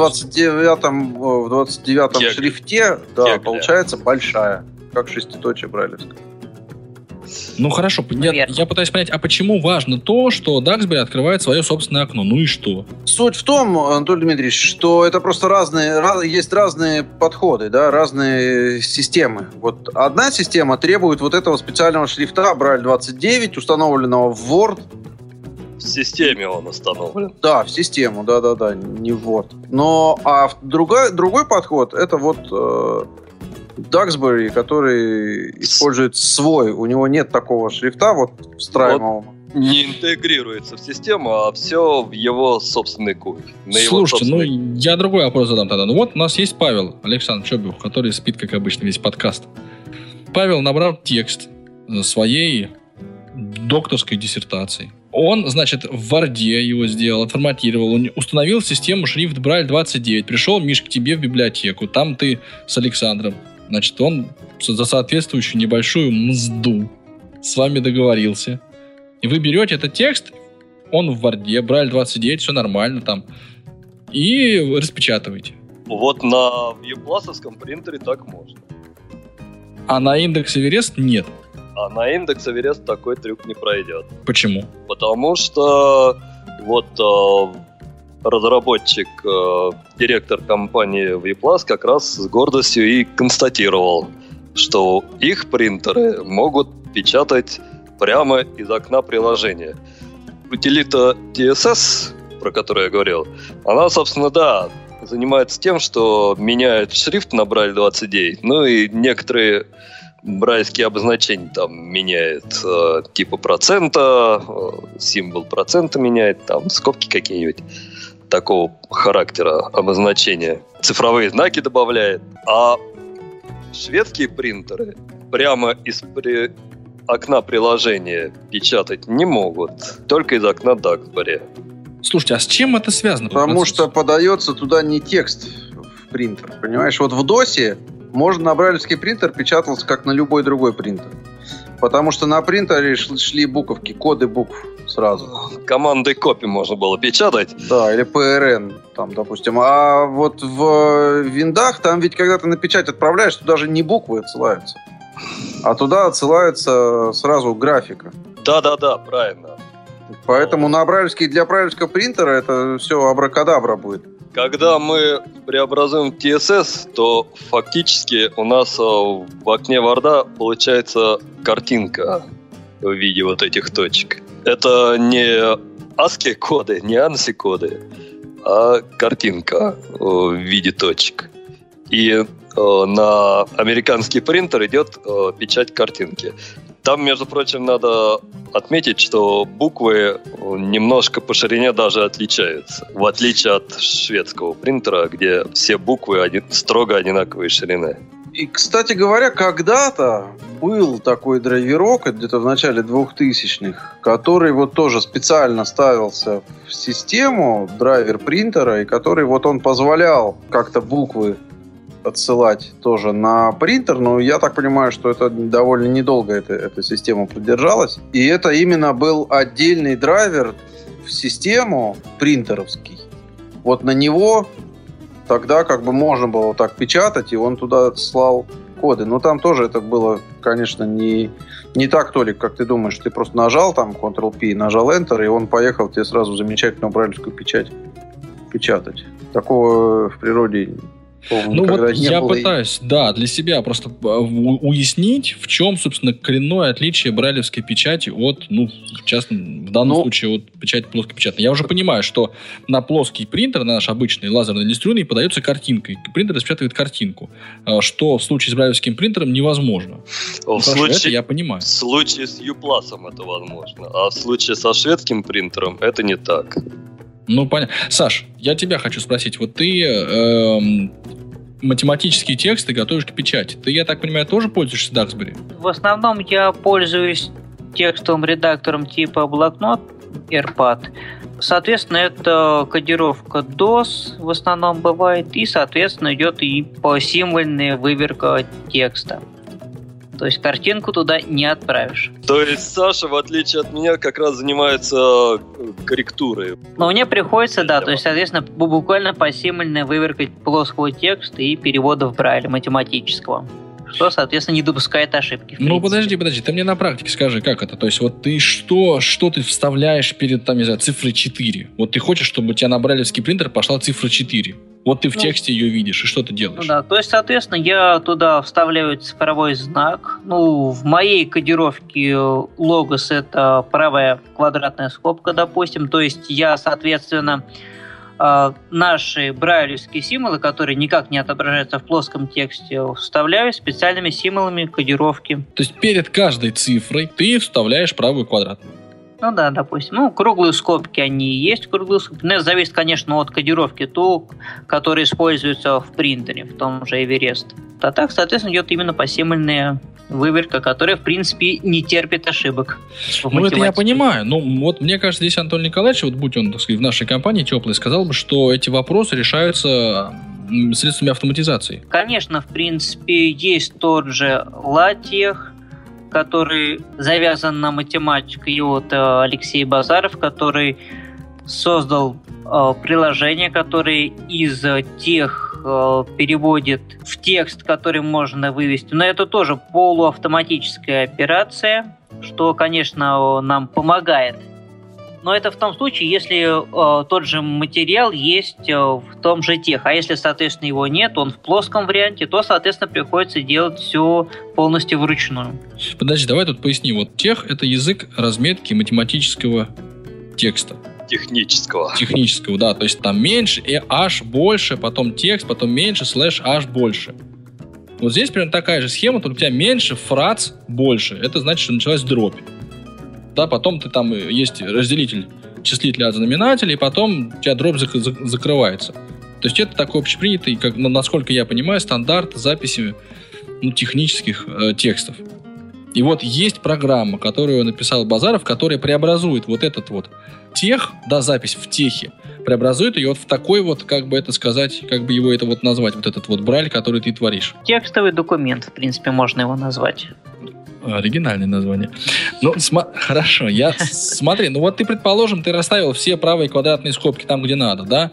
29-м шрифте, да, получается большая, как шеститочие брайлевское. Ну хорошо, я пытаюсь понять, а почему важно то, что Даксбери открывает свое собственное окно? Ну и что? Суть в том, Анатолий Дмитриевич, что это просто есть разные подходы, да, разные системы. Вот одна система требует вот этого специального шрифта Брайль 29, установленного в Word. В системе он установлен. Да, в систему, да, не в Word. Но другой подход, это вот Даксбери, который использует свой. У него нет такого шрифта вот встраиваемого. Вот не интегрируется в систему, а все в его собственный куб. Слушайте, ну я другой вопрос задам тогда. Ну вот у нас есть Павел Александр Чобюх, который спит, как обычно, весь подкаст. Павел набрал текст своей докторской диссертации. Он, значит, в Варде его сделал, отформатировал, он установил систему шрифт Брайль 29. Пришел, Миш, к тебе в библиотеку, там ты с Александром. Значит, он за соответствующую небольшую мзду с вами договорился. И вы берете этот текст, он в Варде, Брайль 29, все нормально там, и распечатываете. Вот на вьюпласовском принтере так можно. А на индекс Эверест нет. А на индекс Эверест такой трюк не пройдет. Почему? Потому что вот разработчик, директор компании VPlus как раз с гордостью и констатировал, что их принтеры могут печатать прямо из окна приложения. Утилита TSS, про которую я говорил, она, собственно, да, занимается тем, что меняет шрифт на Брайль 29, ну и некоторые брайлевские обозначения там меняет, типа процента, символ процента меняет, там скобки какие-нибудь такого характера обозначения, цифровые знаки добавляет, а шведские принтеры прямо из окна приложения печатать не могут, только из окна Даксбери. Слушайте, а с чем это связано? Потому что подается туда не текст в принтер, понимаешь? Вот в DOS можно на брайлевский принтер печатался как на любой другой принтер. Потому что на принтере шли буковки, коды букв сразу. Командой копи можно было печатать. Да, или PRN, там, допустим. А вот в виндах, там ведь когда ты на печать отправляешь, туда даже не буквы отсылаются. а туда отсылается сразу графика. Да, правильно. Поэтому для брайлевского принтера это все абракадабра будет. Когда мы преобразуем TSS, то фактически у нас в окне Word получается картинка в виде вот этих точек. Это не ASCII-коды, не ANSI-коды, а картинка в виде точек. И на американский принтер идет печать картинки. Там, между прочим, надо отметить, что буквы немножко по ширине даже отличаются. В отличие от шведского принтера, где все буквы строго одинаковой ширины. И, кстати говоря, когда-то был такой драйверок, где-то в начале 2000-х, который вот тоже специально ставился в систему, драйвер принтера, и который вот он позволял как-то буквы отсылать тоже на принтер, но я так понимаю, что это довольно недолго эта система продержалась. И это именно был отдельный драйвер в систему принтеровский. Вот на него тогда как бы можно было так печатать, и он туда слал коды. Но там тоже это было, конечно, не так, Толик, как ты думаешь. Ты просто нажал там Ctrl-P, нажал Enter, и он поехал тебе сразу замечательную брайлевскую печать печатать. Такого в природе я пытаюсь, для себя просто уяснить, в чем, собственно, коренное отличие брайлевской печати от, в данном случае, от печати плоскопечатной. Я уже понимаю, что на плоский принтер, на наш обычный лазерный или струнный, подается картинка, и принтер распечатывает картинку, что в случае с брайлевским принтером невозможно. Это я понимаю. В случае с U-Plus это возможно, а в случае со шведским принтером это не так. Понятно. Саш, я тебя хочу спросить. Вот ты математические тексты готовишь к печати. Ты, я так понимаю, тоже пользуешься Duxbury? В основном я пользуюсь текстовым редактором типа блокнот AirPad. Соответственно, это кодировка DOS в основном бывает. И, соответственно, идет и посимвольная выверка текста. То есть картинку туда не отправишь. То есть Саша, в отличие от меня, как раз занимается корректурой. Но мне приходится, то есть, соответственно, буквально посимвольная выверка плоского текста и перевода в Брайле математического. Что, соответственно, не допускает ошибки. Подожди, ты мне на практике скажи, как это? То есть, вот ты что ты вставляешь перед, цифрой 4? Вот ты хочешь, чтобы у тебя на брайлевский принтер пошла цифра 4. Вот ты в тексте ее видишь, и что ты делаешь? То есть, соответственно, я туда вставляю цифровой знак. В моей кодировке логос — это правая квадратная скобка, допустим. То есть, я, соответственно, наши брайлевские символы, которые никак не отображаются в плоском тексте, вставляю специальными символами кодировки. То есть, перед каждой цифрой ты вставляешь правую квадратную? Допустим. Круглые скобки, они и есть круглые скобки. Но это зависит, конечно, от кодировки которая используется в принтере, в том же Everest. А так, соответственно, идет именно посимвольная выверка, которая, в принципе, не терпит ошибок. Это я понимаю. Мне кажется, здесь Анатолий Николаевич, будь он, так сказать, в нашей компании теплый, сказал бы, что эти вопросы решаются средствами автоматизации. Конечно, в принципе, есть тот же LaTeX, который завязан на математику, и Алексей Базаров, который создал приложение, которое из тех переводит в текст, который можно вывести. Но это тоже полуавтоматическая операция, что, конечно, нам помогает. Но это в том случае, если тот же материал есть в том же тех. А если, соответственно, его нет, он в плоском варианте, то, соответственно, приходится делать все полностью вручную. Подожди, давай тут поясни. Тех — это язык разметки математического текста. Технического, да. То есть там меньше, h больше, потом текст, потом меньше, /h больше. Вот здесь примерно такая же схема, только у тебя меньше, фрац больше. Это значит, что началась дробь. Да, потом там есть разделитель числителя от знаменателя, и потом у тебя дробь закрывается. То есть это такой общепринятый, насколько я понимаю, стандарт записи технических текстов. И есть программа, которую написал Базаров, которая преобразует этот тех, запись в техе, преобразует ее в такой как бы его это назвать, этот брайль, который ты творишь. Текстовый документ, в принципе, можно его назвать. Оригинальное название. Хорошо, смотри, ты, предположим, ты расставил все правые квадратные скобки там, где надо, да?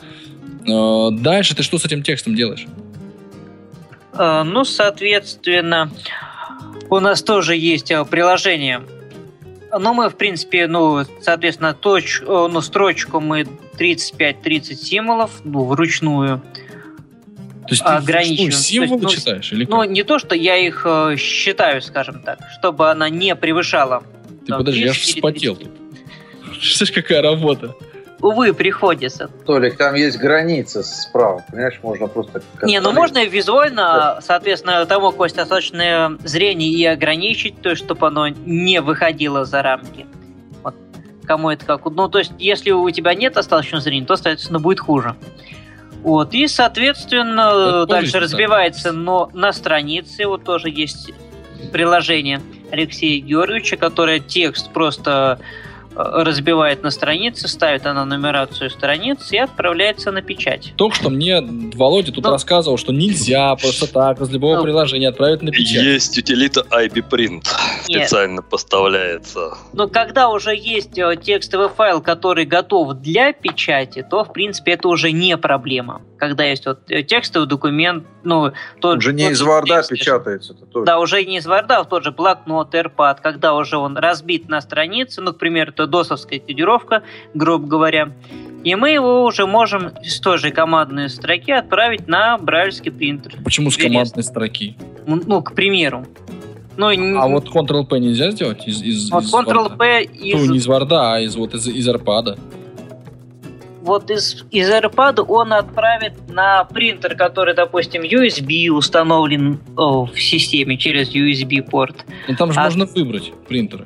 Дальше ты что с этим текстом делаешь? Соответственно, У нас тоже есть приложение. Но мы, в принципе, соответственно, строчку мы 35-30 символов, вручную. То есть ты вручную символы читаешь? Или как? Не то, что я их считаю, скажем так, чтобы она не превышала. Ты подожди, я ж вспотел тут. Что ж, какая работа? Увы, приходится. Толик, там есть граница справа, понимаешь, можно просто... можно визуально, соответственно, тому, у кого есть достаточное зрение, и ограничить, то есть, чтобы оно не выходило за рамки. Вот. Кому это как... то есть, если у тебя нет достаточного зрения, то, соответственно, будет хуже. Вот, и, соответственно, дальше разбивается, но на странице вот тоже есть приложение Алексея Георгиевича, которое текст просто разбивает на страницы, ставит она нумерацию страниц и отправляется на печать. Только что мне Володя тут рассказывал, что нельзя просто так из любого приложения отправить на печать. Есть утилита IB Print, специально поставляется. Но когда уже есть текстовый файл, который готов для печати, то, в принципе, это уже не проблема. Когда есть текстовый документ, уже не из Word печатается. Да, уже не из Word, а тот же блокнот, AirPad, когда уже он разбит на странице, к примеру, это досовская кодировка, грубо говоря, и мы его уже можем с той же командной строки отправить на брайлевский принтер. Почему с командной строки? К примеру. А вот Ctrl-P нельзя сделать из Ctrl-P не из Word, а из AirPad. Вот из AirPad он отправит на принтер, который, допустим, USB установлен в системе через USB-порт. Там же можно выбрать принтеры.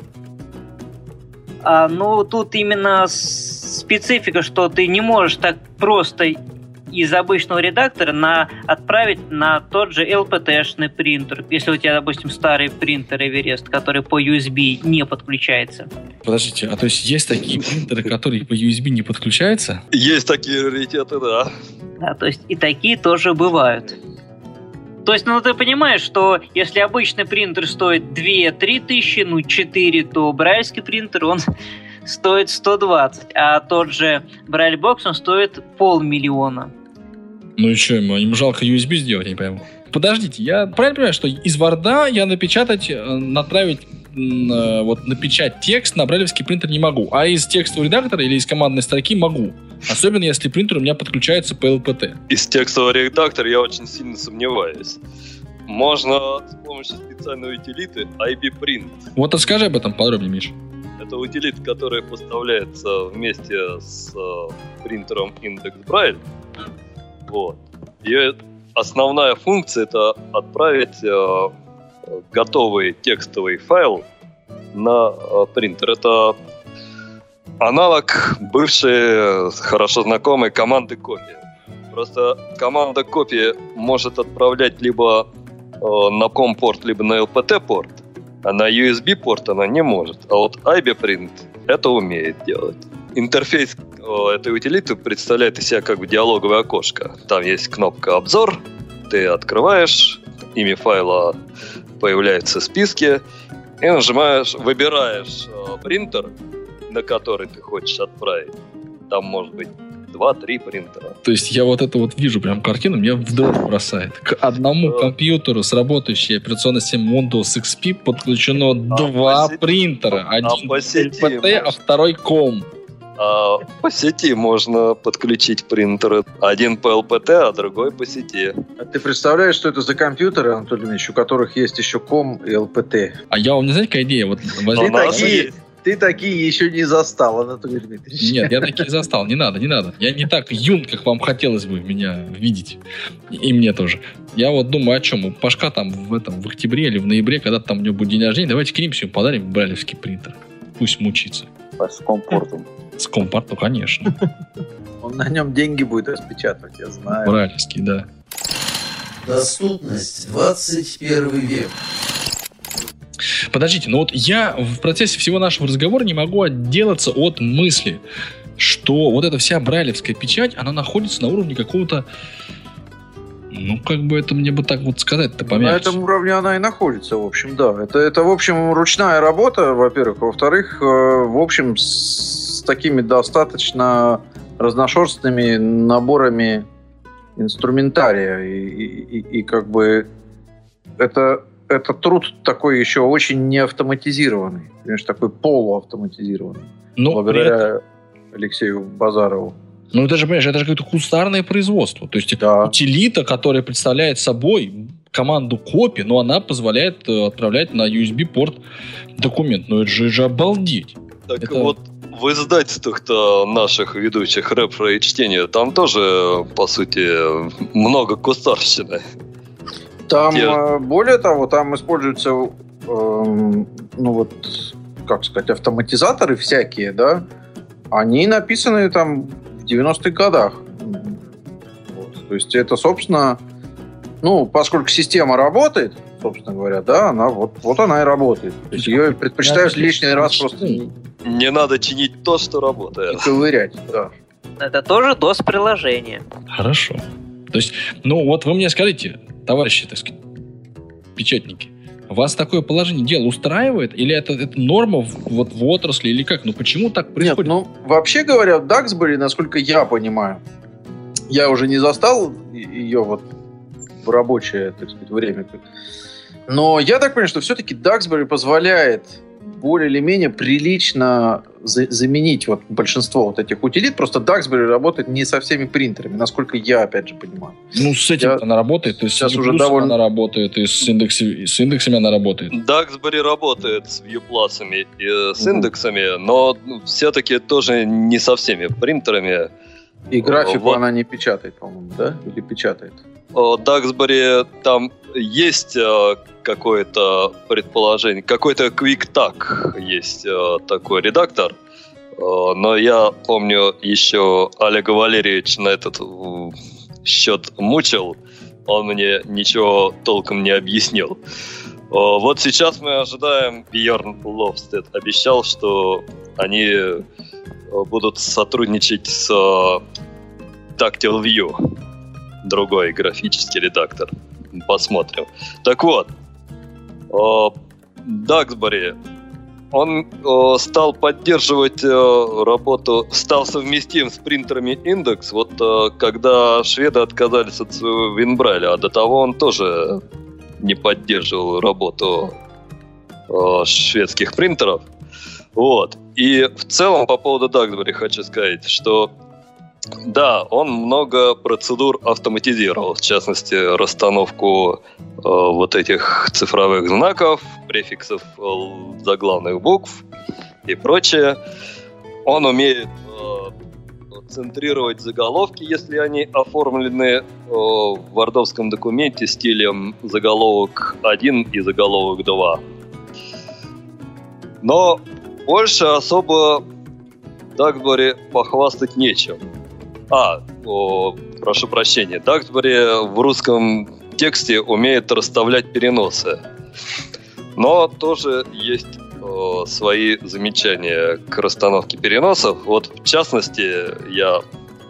Тут именно специфика, что ты не можешь так просто из обычного редактора отправить на тот же LPT-шный принтер, если у тебя, допустим, старый принтер Everest, который по USB не подключается. Подождите, то есть есть такие принтеры, которые по USB не подключаются? Есть такие раритеты, да. Да, то есть и такие тоже бывают. То есть, ты понимаешь, что если обычный принтер стоит 2-3 тысячи, 4, то брайлевский принтер, он стоит 120, а тот же Braille-бокс, он стоит 500 000. И что, им жалко USB сделать, я не пойму. Подождите, я правильно понимаю, что из Word я направить на печать текст на брайлевский принтер не могу, а из текстового редактора или из командной строки могу. Особенно, если принтер у меня подключается по LPT. Из текстового редактора я очень сильно сомневаюсь. Можно с помощью специальной утилиты IB Print. Вот расскажи об этом подробнее, Миш. Это утилита, которая поставляется вместе с принтером Index Braille. Вот. Ее основная функция — это отправить готовый текстовый файл на принтер. Это аналог бывшей хорошо знакомой команды копии. Просто команда копии может отправлять либо на COM-порт, либо на LPT-порт, а на USB-порт она не может. А вот IB Print это умеет делать. Интерфейс этой утилиты представляет из себя как бы диалоговое окошко. Там есть кнопка «Обзор», ты открываешь, имя файла появляется в списке, и выбираешь принтер, на который ты хочешь отправить. Там может быть 2-3 принтера. То есть я вот это вот вижу прям картину, меня в дрожь бросает. К одному компьютеру с работающей операционной системой Windows XP подключено 2 принтера. Один LPT, а второй COM. По сети можно подключить принтеры. Один по LPT, а другой по сети. А ты представляешь, что это за компьютеры, Анатолий Ильич, у которых есть еще COM и LPT? А я вам не знаю, какая идея? Ты такие еще не застал, Анатолий Дмитриевич. Нет, я такие застал. Не надо. Я не так юн, как вам хотелось бы меня видеть. И мне тоже. Я вот думаю, о чем? У Пашка там в октябре или в ноябре, когда там у него будет день рождения, давайте Кримсию подарим брайлевский принтер. Пусть мучится. С компортом. С компортом, конечно. Он на нем деньги будет распечатывать, я знаю. Брайлевский, да. Доступность 21 век. Подождите, вот я в процессе всего нашего разговора не могу отделаться от мысли, что вот эта вся брайлевская печать, она находится на уровне какого-то, это мне бы так вот сказать-то помягче. На этом уровне она и находится, в общем, да. Это в общем, ручная работа, во-первых. Во-вторых, в общем, с такими достаточно разношерстными наборами инструментария. И как бы это это труд такой еще очень неавтоматизированный. Понимаешь, такой полуавтоматизированный. Благодаря Алексею Базарову. Ну, это же, понимаешь, это же какое-то кустарное производство. То есть утилита, которая представляет собой команду копи, но она позволяет отправлять на USB-порт документ. Ну, это же обалдеть. Так вот, в издательствах-то наших ведущих рэпра и чтения, там тоже, по сути, много кустарщины. Там, более того, там используются, автоматизаторы всякие, да, они написаны там в 90-х годах. Вот. То есть это, собственно, поскольку система работает, собственно говоря, да, она вот она и работает. То есть ее предпочитают лишний раз просто... Не надо чинить то, что работает. И ковырять, да. Это тоже DOS-приложение. Хорошо. То есть, вот вы мне скажите, товарищи, так сказать, печатники, вас такое положение дела устраивает? Или это норма в отрасли? Или как? Почему так происходит? Нет, вообще говоря, в Duxbury, насколько я понимаю, я уже не застал ее в рабочее, так сказать, время. Но я так понимаю, что все-таки Duxbury позволяет более или менее прилично заменить большинство этих утилит. Просто Duxbury работает не со всеми принтерами, насколько я, опять же, понимаю. С этим она работает, и с Vue+, она работает, и с индексами она работает. Duxbury работает с Vue+, и с индексами, но все-таки тоже не со всеми принтерами. И графику она не печатает, по-моему, да? Или печатает? Duxbury, там есть какое-то предположение, какой-то QuickTag есть такой редактор, но я помню, еще Олега Валерьевича на этот счет мучил, он мне ничего толком не объяснил. Вот сейчас мы ожидаем, Бьерн Ловстед обещал, что они будут сотрудничать с Tactile View, другой графический редактор. Посмотрим. Так вот, Duxbury, он стал поддерживать работу, стал совместим с принтерами Index, когда шведы отказались от своего WinBraille, а до того он тоже не поддерживал работу шведских принтеров. И в целом по поводу Duxbury хочу сказать, что да, он много процедур автоматизировал, в частности, расстановку этих цифровых знаков, префиксов заглавных букв и прочее. Он умеет центрировать заголовки, если они оформлены в вардовском документе стилем заголовок 1 и заголовок 2. Но больше особо Duxbury похвастать нечем. Прошу прощения. Duxbury в русском тексте умеет расставлять переносы. Но тоже есть свои замечания к расстановке переносов. В частности, я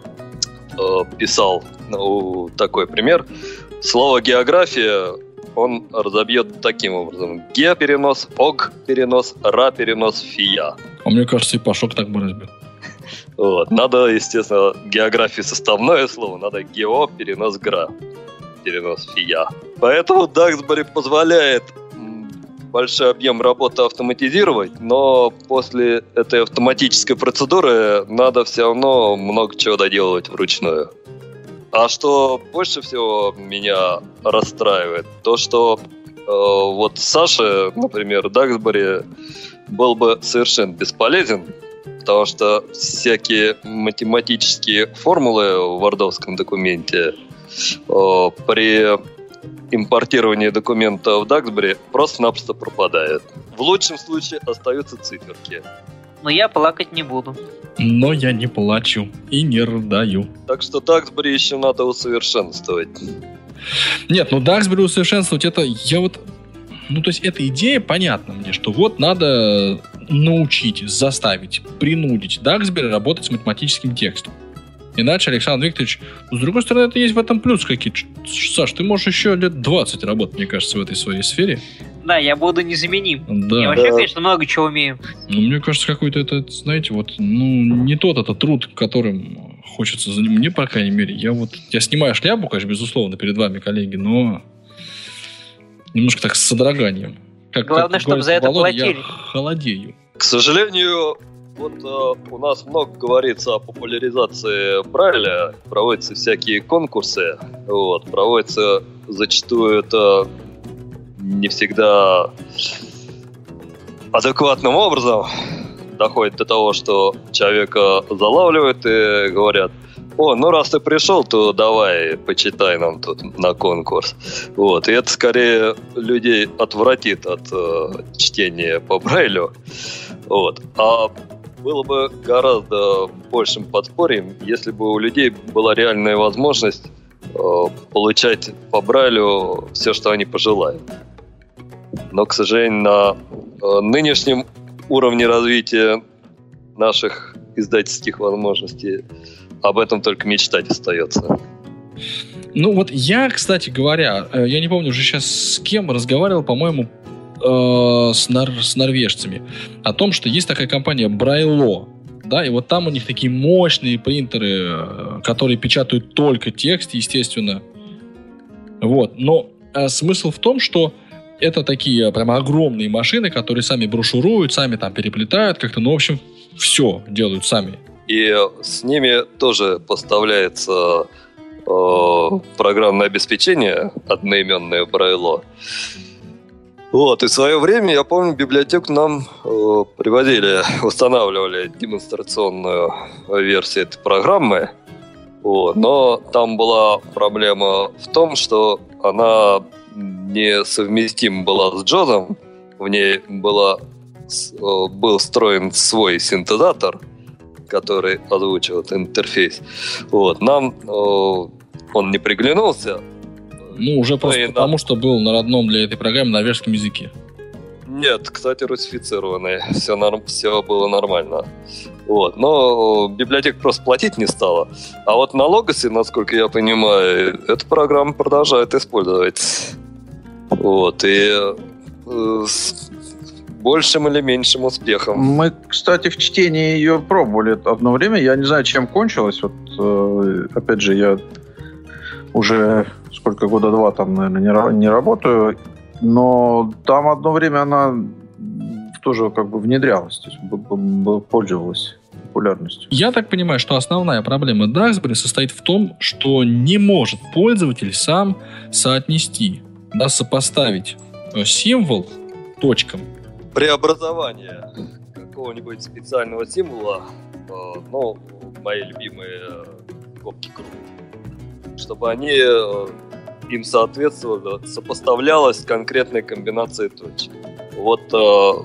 писал такой пример. Слово «география» он разобьет таким образом. Ге-перенос, ог-перенос, ра-перенос, фия. Мне кажется, и Пашок так бы разбил. Надо, естественно, географии составное слово, надо гео, перенос гра, перенос фия. Поэтому Duxbury позволяет большой объем работы автоматизировать, но после этой автоматической процедуры надо все равно много чего доделывать вручную. А что больше всего меня расстраивает, то что Саше, например, Duxbury был бы совершенно бесполезен, потому что всякие математические формулы в вардовском документе при импортировании документа в Duxbury просто-напросто пропадают. В лучшем случае остаются циферки. Но я плакать не буду. Но я не плачу и не рыдаю. Так что Duxbury еще надо усовершенствовать. Нет, Duxbury усовершенствовать, это то есть эта идея понятна мне, что надо научить, заставить, принудить Duxbury работать с математическим текстом. Иначе, Александр Викторович, с другой стороны, это есть в этом плюс какие-то. Саш, ты можешь еще лет 20 работать, мне кажется, в этой своей сфере. Да, я буду незаменим. Да. Я вообще, конечно, много чего умею. Мне кажется, какой-то это, знаете, не тот это труд, которым хочется заниматься. Мне, по крайней мере, я снимаю шляпу, конечно, безусловно, перед вами, коллеги, но Немножко так с содроганием. Главное, чтобы за это Володя, платили. я холодею. К сожалению, у нас много говорится о популяризации Брайля, проводятся всякие конкурсы, проводятся зачастую это не всегда адекватным образом, доходит до того, что человека залавливают и говорят: раз ты пришел, то давай, почитай нам тут на конкурс. И это скорее людей отвратит от чтения по Брайлю. А было бы гораздо большим подспорьем, если бы у людей была реальная возможность получать по Брайлю все, что они пожелают. Но, к сожалению, на нынешнем уровне развития наших издательских возможностей об этом только мечтать остается. Я, кстати говоря, я не помню уже сейчас с кем разговаривал, по-моему, с норвежцами, о том, что есть такая компания Брайло, да, и вот там у них такие мощные принтеры, которые печатают только текст, естественно. Но смысл в том, что это такие прямо огромные машины, которые сами брошюруют, сами там переплетают как-то, в общем, все делают сами. И с ними тоже поставляется программное обеспечение, одноименное Брайло. И в свое время, я помню, в библиотеку нам устанавливали демонстрационную версию этой программы. Но там была проблема в том, что она несовместима была с JAWS. В ней был встроен свой синтезатор, который озвучивает интерфейс. Нам он не приглянулся. Уже просто потому, что был на родном для этой программы норвежском языке. Нет, кстати, русифицированный. Все было нормально. Но библиотека просто платить не стала. А на Логосе, насколько я понимаю, эту программу продолжают использовать. И с большим или меньшим успехом. Мы, кстати, в чтении ее пробовали одно время. Я не знаю, чем кончилось. Опять же, я уже года два там, наверное, не работаю. Но там одно время она тоже внедрялась, то есть пользовалась популярностью. Я так понимаю, что основная проблема Duxbury состоит в том, что не может пользователь сам соотнести, сопоставить символ точкам. Преобразование какого-нибудь специального символа, мои любимые скобки круг, чтобы они им соответствовало, сопоставлялось с конкретной комбинацией точек. В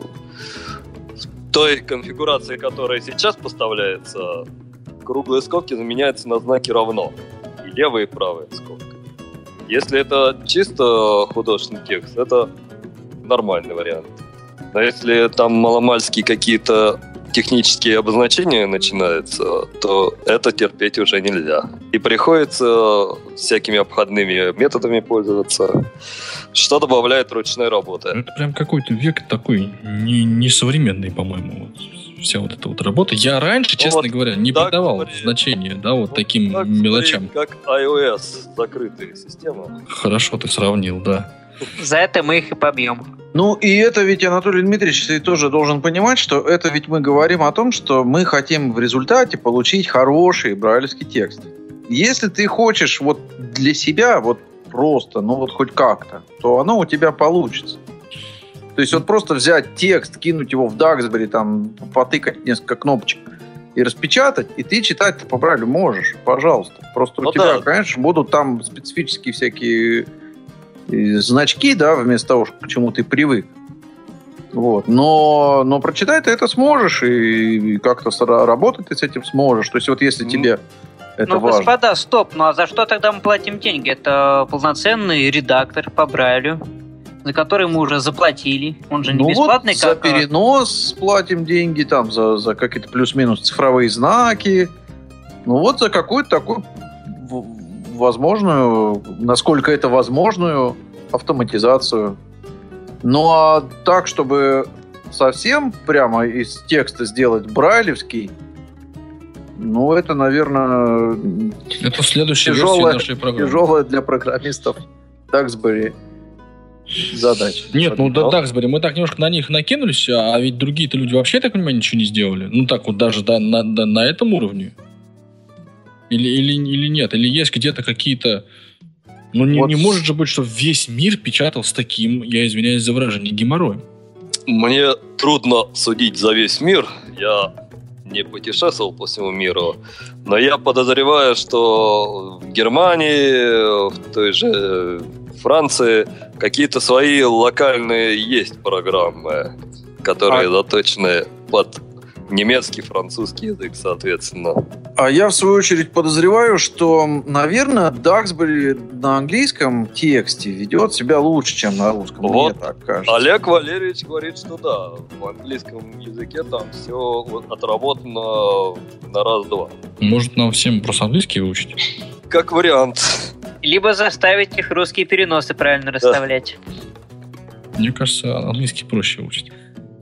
той конфигурации, которая сейчас поставляется, круглые скобки заменяются на знаки равно. И левая, и правая скобка. Если это чисто художественный текст, это нормальный вариант. Но если там маломальские какие-то технические обозначения начинаются, то это терпеть уже нельзя. И приходится всякими обходными методами пользоваться, что добавляет ручной работы. Это прям какой-то век такой несовременный, по-моему, вся эта работа. Я раньше, честно говоря, не придавал значения, таким мелочам. Как iOS, закрытая система. Хорошо ты сравнил, да. За это мы их и побьем. И это ведь, Анатолий Дмитриевич, ты тоже должен понимать, что это ведь мы говорим о том, что мы хотим в результате получить хороший брайлевский текст. Если ты хочешь для себя просто, хоть как-то, то оно у тебя получится. То есть просто взять текст, кинуть его в Duxbury, там, потыкать несколько кнопочек и распечатать, и ты читать-то по Брайлю можешь, пожалуйста. Просто у тебя, конечно, будут там специфические всякие значки, вместо того, к чему ты привык. Но прочитать ты это сможешь, и как-то работать ты с этим сможешь. То есть если тебе это важно. Господа, стоп, а за что тогда мы платим деньги? Это полноценный редактор по Брайлю, за который мы уже заплатили. Он же не бесплатный. За перенос платим деньги, там, за какие-то плюс-минус цифровые знаки. За какую-то такую возможную, насколько это возможную, автоматизацию. А так, чтобы совсем прямо из текста сделать брайлевский, это, наверное, это следующая версия нашей программы. Тяжелая для программистов Duxbury задач. Нет, ну Даксбери, мы так немножко на них накинулись, а ведь другие-то люди вообще, я так понимаю, ничего не сделали. Ну так вот даже на этом уровне. Или нет? Или есть где-то какие-то... Ну не может же быть, что весь мир печатал с таким, я извиняюсь за выражение, геморроем. Мне трудно судить за весь мир. Я не путешествовал по всему миру. Но я подозреваю, что в Германии, в той же Франции какие-то свои локальные есть программы, которые заточены под немецкий, французский язык, соответственно. А я, в свою очередь, подозреваю, что, наверное, Даксбери на английском тексте ведет себя лучше, чем на русском. Вот. Мне так кажется. Олег Валерьевич говорит, что да, в английском языке там все отработано на раз-два. Может, нам всем просто английский выучить? Как вариант. Либо заставить их русские переносы правильно расставлять. Мне кажется, английский проще выучить.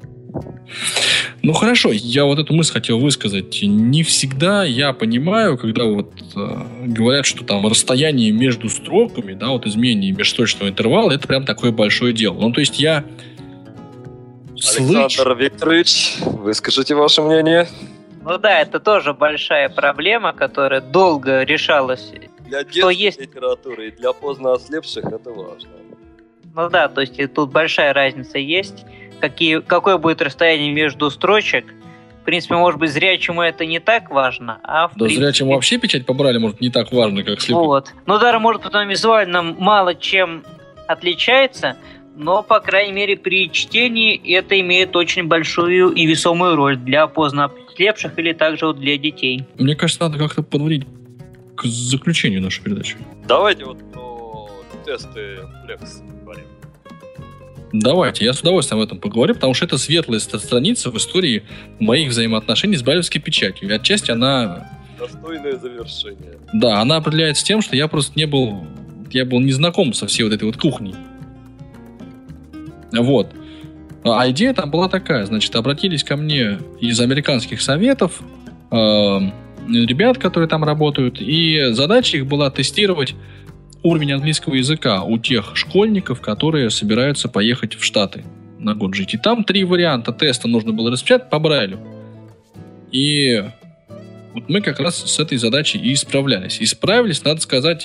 Ну хорошо, я вот эту мысль хотел высказать. Не всегда я понимаю, когда вот говорят, что там расстояние между строками, да, вот изменение межстрочного интервала, это прям такое большое дело. Ну то есть я Александр Викторович, выскажите ваше мнение. Ну да, это тоже большая проблема, которая долго решалась. Для детской литературы и для поздно ослепших это важно. Ну да, то есть тут большая разница есть. Какое будет расстояние между строчек. В принципе, может быть, зрячему это не так важно, а в принципе... зрячему вообще печать по Брайлю, может, не так важно, как слепым. Вот. Ну, даже, может, потом визуально мало чем отличается, но, по крайней мере, при чтении это имеет очень большую и весомую роль для поздно ослепших или также вот для детей. Мне кажется, надо как-то подводить к заключению нашей передачи. Давайте вот про тесты Flex говорим. Давайте, я с удовольствием об этом поговорю, потому что это светлая страница в истории моих взаимоотношений с брайлевской печатью. И отчасти она... Достойное завершение. Да, она определяется тем, что я просто я был не знаком со всей вот этой вот кухней. Вот. А идея там была такая, значит, обратились ко мне из американских советов ребят, которые там работают, и задача их была тестировать уровень английского языка у тех школьников, которые собираются поехать в Штаты на год жить. И там 3 варианта теста нужно было распечатать по Брайлю. И вот мы как раз с этой задачей и справлялись. И справились, надо сказать,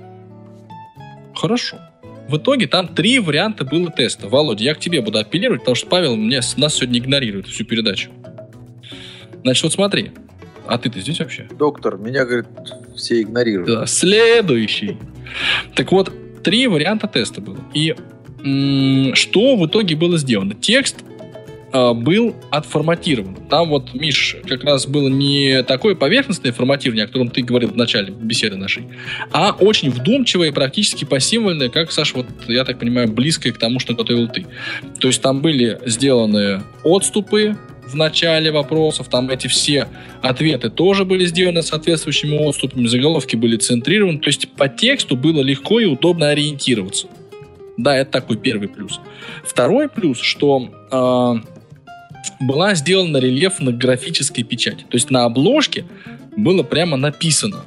хорошо. В итоге там 3 варианта было теста. Володя, я к тебе буду апеллировать, потому что Павел нас сегодня игнорирует всю передачу. Значит, вот смотри. А ты-то здесь вообще? Доктор, меня, говорит, все игнорируют. Да, следующий. Так вот, 3 варианта теста было. И что в итоге было сделано? Текст был отформатирован. Там вот, Миш, как раз было не такое поверхностное форматирование, о котором ты говорил в начале беседы нашей, а очень вдумчивое и практически посимвольное, как, Саша, вот, я так понимаю, близкое к тому, что готовил ты. То есть там были сделаны отступы в начале вопросов, там эти все ответы тоже были сделаны соответствующими отступами, заголовки были центрированы, то есть по тексту было легко и удобно ориентироваться. Да, это такой первый плюс. Второй плюс, что была сделана рельефно-графическая печать. То есть на обложке было прямо написано,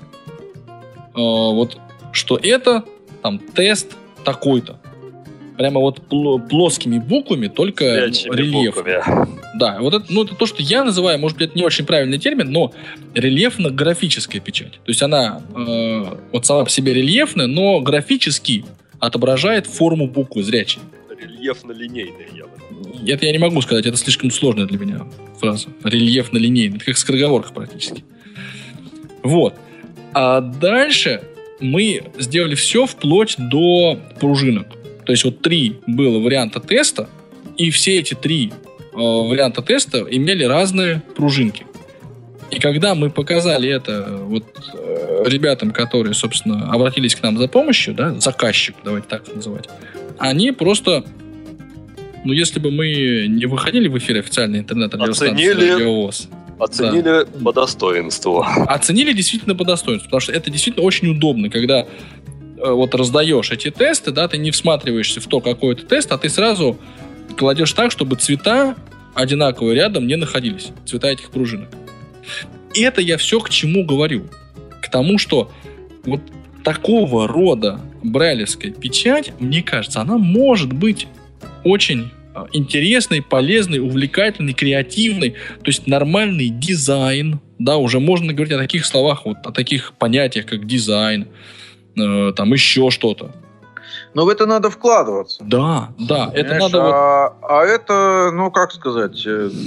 вот, что это там тест такой-то. Прямо вот плоскими буквами, только рельеф. Да, вот это, это то, что я называю, может быть, это не очень правильный термин, но рельефно-графическая печать. То есть она вот сама по себе рельефная, но графически отображает форму буквы зрячей. Рельефно-линейная, я бы. Это я не могу сказать, это слишком сложная для меня фраза. Рельефно-линейная. Это как скороговорка практически. Вот. А дальше мы сделали все вплоть до пружинок. То есть вот 3 было варианта теста, и все эти 3 варианта теста имели разные пружинки. И когда мы показали это вот ребятам, которые, собственно, обратились к нам за помощью, да, заказчику, давайте так называть, они просто, если бы мы не выходили в эфир официальной интернет-радиостанции «Радиовоз», оценили по достоинству. Оценили действительно по достоинству, потому что это действительно очень удобно, когда вот раздаешь эти тесты, да, ты не всматриваешься в то, какой это тест, а ты сразу кладешь так, чтобы цвета одинаковые рядом не находились, цвета этих пружинок. И это я все к чему говорю? К тому, что вот такого рода брайлевская печать, мне кажется, она может быть очень интересный, полезный, увлекательный, креативный, то есть нормальный дизайн, да, уже можно говорить о таких словах, вот о таких понятиях, как дизайн, там еще что-то. Но в это надо вкладываться. Да, это надо... это, ну, как сказать,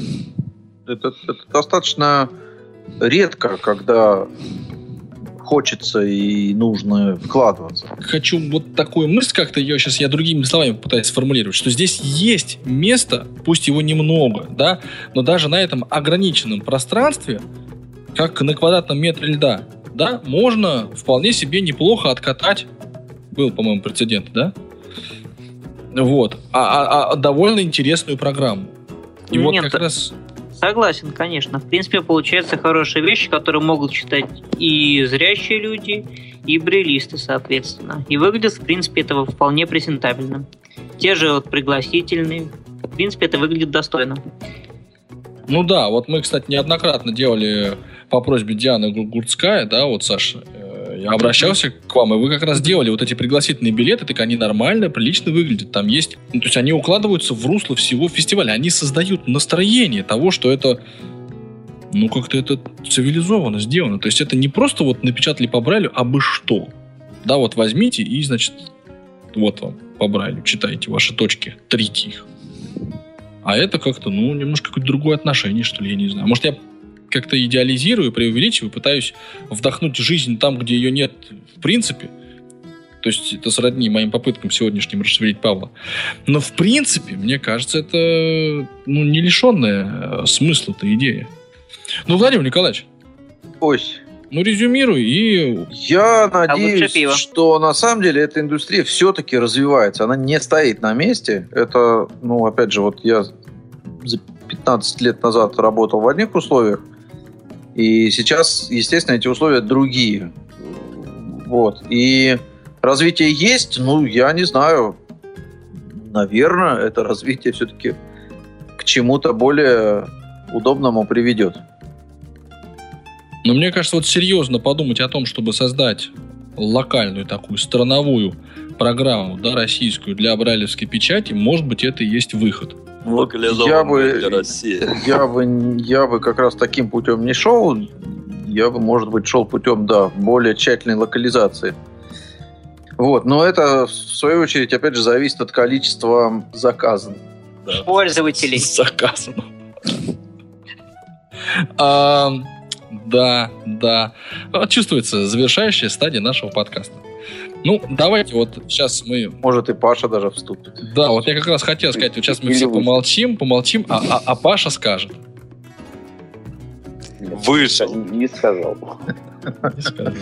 это достаточно редко, когда хочется и нужно вкладываться. Хочу вот такую мысль как-то, я другими словами пытаюсь сформулировать, что здесь есть место, пусть его немного, да, но даже на этом ограниченном пространстве, как на квадратном метре льда, да, можно вполне себе неплохо откатать, был, по-моему, прецедент, да, вот, довольно интересную программу. И вот как раз... Согласен, конечно. В принципе, получаются хорошие вещи, которые могут читать и зрячие люди, и брайлисты, соответственно. И выглядит, в принципе, это вполне презентабельно. Те же вот пригласительные. В принципе, это выглядит достойно. Ну да, вот мы, кстати, неоднократно делали по просьбе Дианы Гурцкая, да, вот, Саша, я обращался к вам, и вы как раз делали вот эти пригласительные билеты, так они нормально, прилично выглядят. Там есть, ну, то есть они укладываются в русло всего фестиваля. Они создают настроение того, что это, ну, как-то это цивилизованно сделано. То есть это не просто вот напечатали по Брайлю, а бы что. Да, вот возьмите и, значит, вот вам по Брайлю, читайте ваши точки, трите их. А это как-то, ну, немножко какое-то другое отношение, что ли, я не знаю. Может, я как-то идеализирую, преувеличиваю, пытаюсь вдохнуть жизнь там, где ее нет в принципе. То есть это сродни моим попыткам сегодняшним расшевелить Павла. Но в принципе, мне кажется, это, ну, не лишенная смысла-то идея. Ну, Владимир Николаевич. Ой. Ну, резюмируй и... Я надеюсь, что на самом деле эта индустрия все-таки развивается. Она не стоит на месте. Это, ну, опять же, вот я за 15 лет назад работал в одних условиях, и сейчас, естественно, эти условия другие. Вот. И развитие есть, ну, я не знаю. Наверное, это развитие все-таки к чему-то более удобному приведет. Но мне кажется, вот серьезно подумать о том, чтобы создать локальную такую страновую программу, да, российскую для брайлевской печати, может быть, это и есть выход. Вот я бы как раз таким путем не шел. Я бы, может быть, шел путем, да, более тщательной локализации. Вот, но это, в свою очередь, опять же, зависит от количества заказов. Да. Пользователей. Заказано. Да. Чувствуется завершающая стадия нашего подкаста. Ну, давайте вот сейчас мы... Может, и Паша даже вступит. Да, вот я как раз хотел сказать, вот сейчас мы все помолчим, а Паша скажет. Вышел. Не сказал. Не сказал.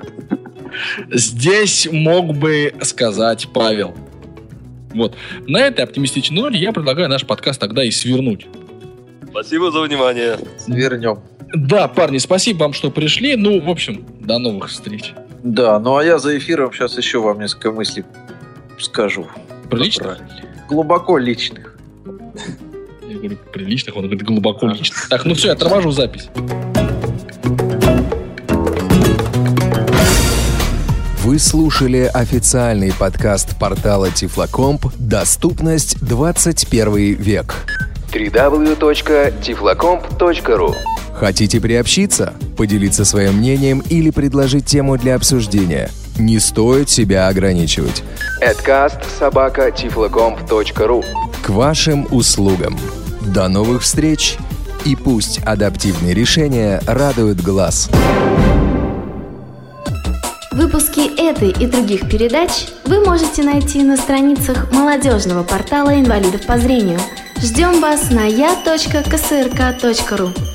Здесь мог бы сказать Павел. Вот. На этой оптимистичной ноте я предлагаю наш подкаст тогда и свернуть. Спасибо за внимание. Свернем. Да, парни, спасибо вам, что пришли. Ну, в общем, до новых встреч. Да, ну а я за эфиром сейчас еще вам несколько мыслей скажу. Приличных? Глубоко личных. Я говорю, приличных, он говорит, глубоко личных. Так, ну все, я торможу запись. Вы слушали официальный подкаст портала Тифлокомп «Доступность 21 век». www.tiflocomp.ru. Хотите приобщиться, поделиться своим мнением или предложить тему для обсуждения? Не стоит себя ограничивать. @tiflocomp.ru. К вашим услугам. До новых встреч, и пусть адаптивные решения радуют глаз. Выпуски этой и других передач вы можете найти на страницах молодежного портала инвалидов по зрению. Ждем вас на я.ксрк.ру.